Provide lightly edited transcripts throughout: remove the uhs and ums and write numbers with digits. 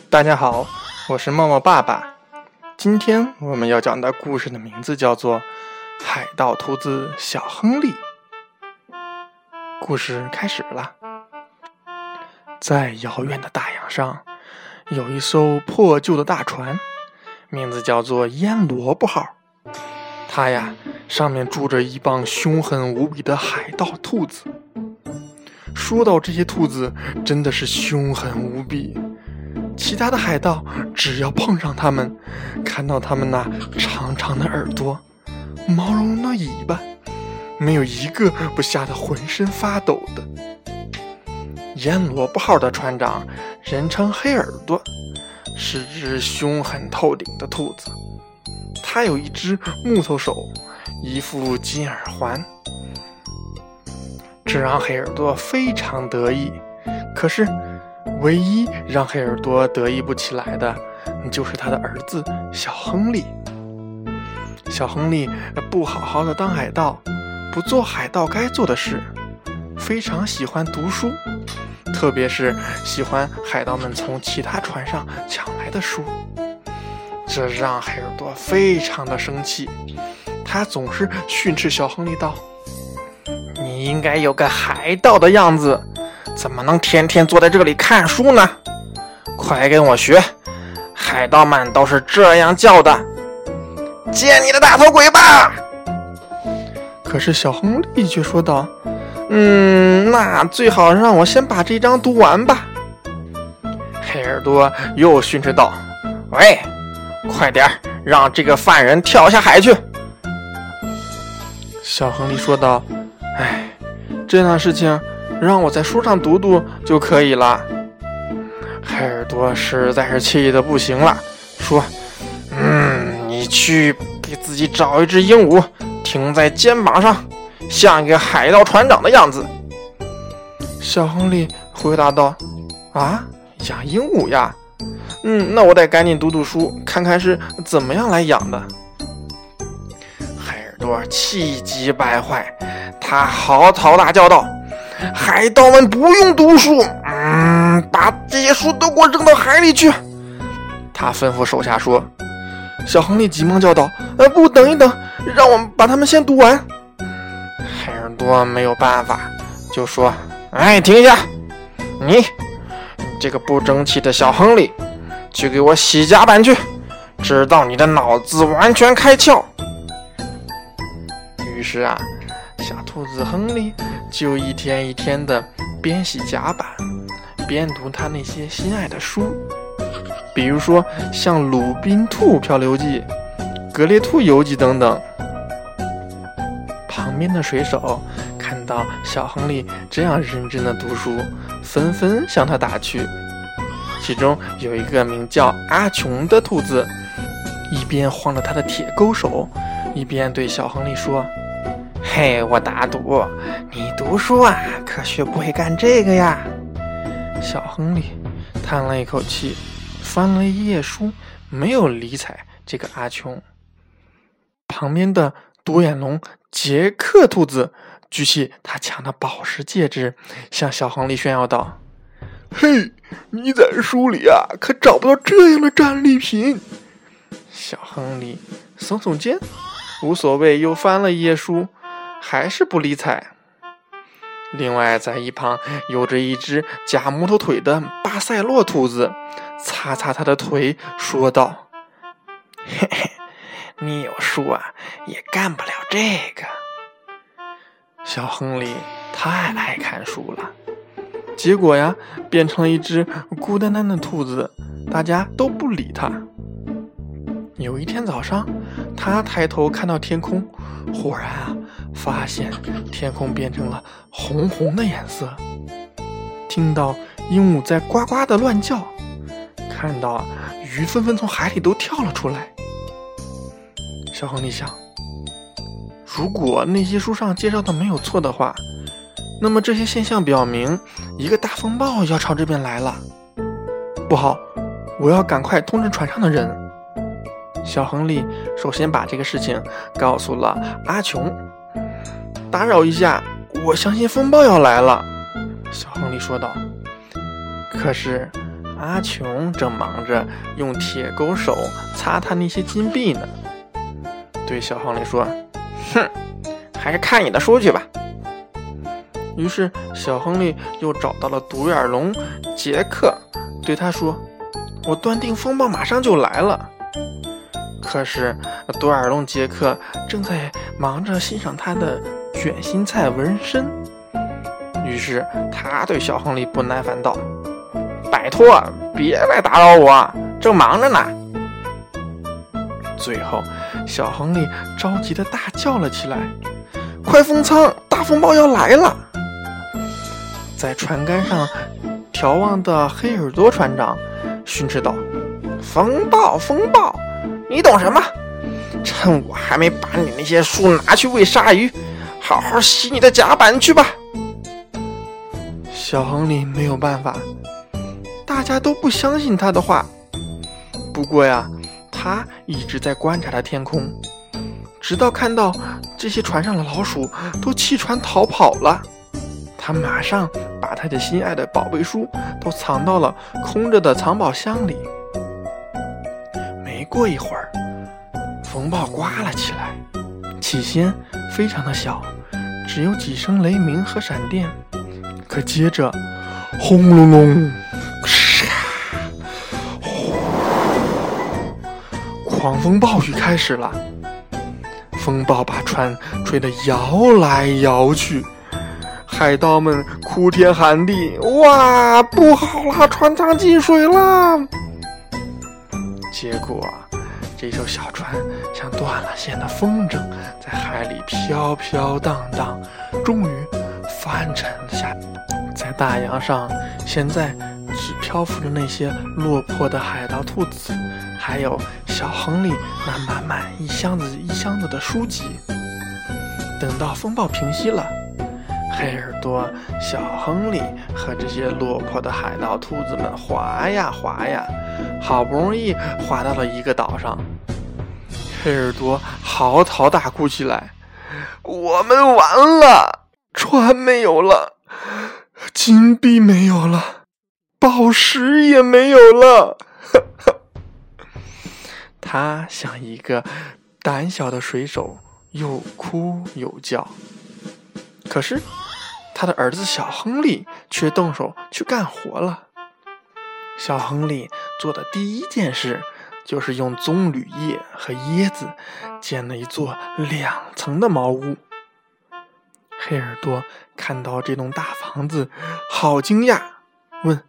大家好，我是茂茂爸爸。今天我们要讲的故事的名字叫做《海盗兔子小亨利》。故事开始了。在遥远的大洋上，有一艘破旧的大船，名字叫做腌萝卜号。它呀，上面住着一帮凶狠无比的海盗兔子。说到这些兔子，真的是凶狠无比。其他的海盗只要碰上他们，看到他们那长长的耳朵、毛茸茸的尾巴，没有一个不吓得浑身发抖的。腌萝卜号的船长人称黑耳朵，是只凶狠透顶的兔子。他有一只木头手，一副金耳环，这让黑耳朵非常得意。可是唯一让黑耳朵得意不起来的，就是他的儿子小亨利。小亨利不好好的当海盗，不做海盗该做的事，非常喜欢读书，特别是喜欢海盗们从其他船上抢来的书。这让黑耳朵非常的生气，他总是训斥小亨利道：“你应该有个海盗的样子，怎么能天天坐在这里看书呢？快跟我学，海盗们都是这样叫的，见你的大头鬼吧！”可是小亨利却说道：“那最好让我先把这章读完吧。”黑耳朵又训斥道：“喂，快点让这个犯人跳下海去！”小亨利说道：“哎，这样的事情让我在书上读读就可以了。”黑耳朵实在是气得不行了，说：“你去给自己找一只鹦鹉，停在肩膀上，像一个海盗船长的样子。”小亨利回答道：“啊，养鹦鹉呀？那我得赶紧读读书，看看是怎么样来养的。”黑耳朵气急败坏，他嚎啕大叫道：“海盗们不用读书，把这些书都给我扔到海里去！”他吩咐手下说。小亨利急忙叫道：“不，等一等，让我们把他们先读完。”黑耳朵没有办法，就说：“停下！你这个不争气的小亨利，去给我洗甲板去，直到你的脑子完全开窍。”于是小兔子亨利就一天一天的边洗甲板边读他那些心爱的书，比如说像《鲁滨兔漂流记》、《格列兔游记》等等。旁边的水手看到小亨利这样认真的读书，纷纷向他打趣。其中有一个名叫阿琼的兔子，一边晃着他的铁钩手，一边对小亨利说：“嘿，我打赌，你读书可学不会干这个呀。”小亨利叹了一口气，翻了一页书，没有理睬这个阿琼。旁边的独眼龙杰克兔子举起他抢的宝石戒指，向小亨利炫耀道：“嘿，你在书里可找不到这样的战利品。”小亨利耸耸肩，无所谓，又翻了一页书，还是不理睬。另外在一旁有着一只假木头腿的巴塞洛兔子，擦擦他的腿说道：“嘿嘿，你有书也干不了这个。”小亨利太爱看书了，结果变成了一只孤单单的兔子，大家都不理他。有一天早上，他抬头看到天空，忽然发现天空变成了红红的颜色，听到鹦鹉在呱呱的乱叫，看到鱼纷纷从海里都跳了出来。小亨利想，如果那些书上介绍的没有错的话，那么这些现象表明一个大风暴要朝这边来了。不好，我要赶快通知船上的人。小亨利首先把这个事情告诉了阿琼。打扰一下，我相信风暴要来了，小亨利说道。可是阿琼正忙着用铁钩手擦他那些金币呢，对小亨利说：“哼，还是看你的书去吧。”于是小亨利又找到了独眼龙杰克，对他说：“我断定风暴马上就来了。”可是独眼龙杰克正在忙着欣赏他的卷心菜纹身，于是他对小亨利不耐烦道：“拜托，别来打扰我，正忙着呢。”最后小亨利着急地大叫了起来：“快封舱，大风暴要来了！”在船杆上眺望的黑耳朵船长训斥道：“风暴，风暴，你懂什么？趁我还没把你那些书拿去喂鲨鱼，好好洗你的甲板去吧。”小亨利没有办法，大家都不相信他的话。不过呀，他一直在观察着天空，直到看到这些船上的老鼠都弃船逃跑了，他马上把他的心爱的宝贝书都藏到了空着的藏宝箱里。没过一会儿，风暴刮了起来，起先非常的小，只有几声雷鸣和闪电，可接着轰隆隆，狂风暴雨开始了。风暴把船吹得摇来摇去，海盗们哭天喊地：“哇，不好啦，船舱进水了！”结果这艘小船像断了线的风筝，在海里飘飘荡荡，终于翻沉下来。在大洋上，现在只漂浮着那些落魄的海盗兔子，还有小亨利那满满一箱子一箱子的书籍。等到风暴平息了，黑耳朵、小亨利和这些落魄的海盗兔子们划呀划呀，好不容易划到了一个岛上。黑耳朵嚎啕大哭起来：“我们完了，船没有了，金币没有了，宝石也没有了。”他像一个胆小的水手，又哭又叫。可是他的儿子小亨利却动手去干活了。小亨利做的第一件事就是用棕榈叶和椰子建了一座2层的茅屋。黑耳朵看到这栋大房子，好惊讶，问：“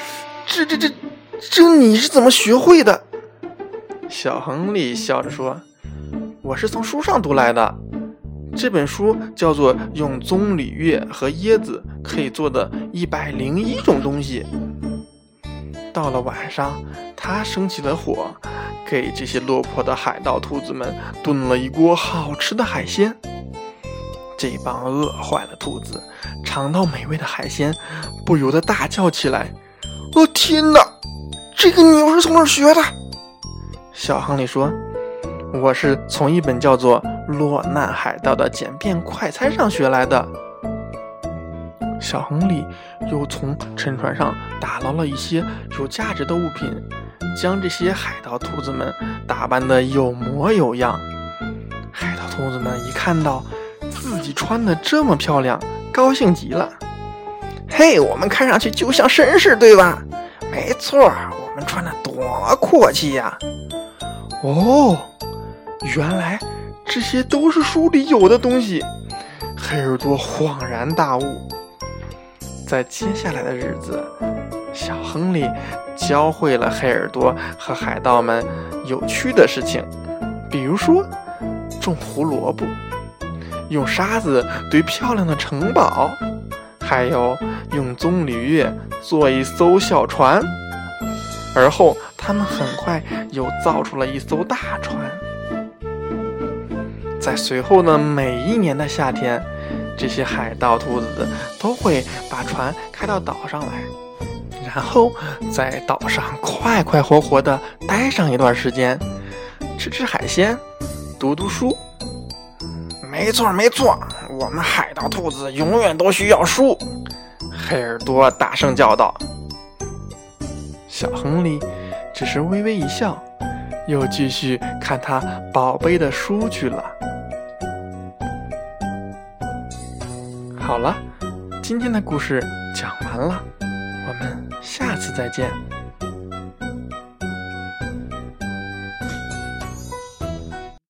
这你是怎么学会的？”小亨利笑着说：“我是从书上读来的。这本书叫做《用棕榈叶和椰子可以做的101种东西》。”到了晚上，他生起了火，给这些落魄的海盗兔子们炖了一锅好吃的海鲜。这帮饿坏的兔子尝到美味的海鲜，不由得大叫起来：“哦，天哪，这个你又是从哪儿学的？”小亨利说：“我是从一本叫做《落难海盗》的简便快餐上学来的。”小亨利又从沉船上打捞了一些有价值的物品，将这些海盗兔子们打扮得有模有样。海盗兔子们一看到自己穿得这么漂亮，高兴极了。“嘿，我们看上去就像绅士，对吧？”“没错，我们穿得多阔气呀！”“哦，原来这些都是书里有的东西。”黑耳朵恍然大悟。在接下来的日子，小亨利教会了黑耳朵和海盗们有趣的事情，比如说种胡萝卜，用沙子堆漂亮的城堡，还有用棕榈叶做一艘小船。而后他们很快又造出了一艘大船。在随后的每一年的夏天，这些海盗兔子都会把船开到岛上来，然后在岛上快快活活地待上一段时间，吃吃海鲜，读读书。“没错没错，我们海盗兔子永远都需要书！”黑耳朵大声叫道。 小亨利只是微微一笑，又继续看他宝贝的书去了。好了，今天的故事讲完了，我们下次再见。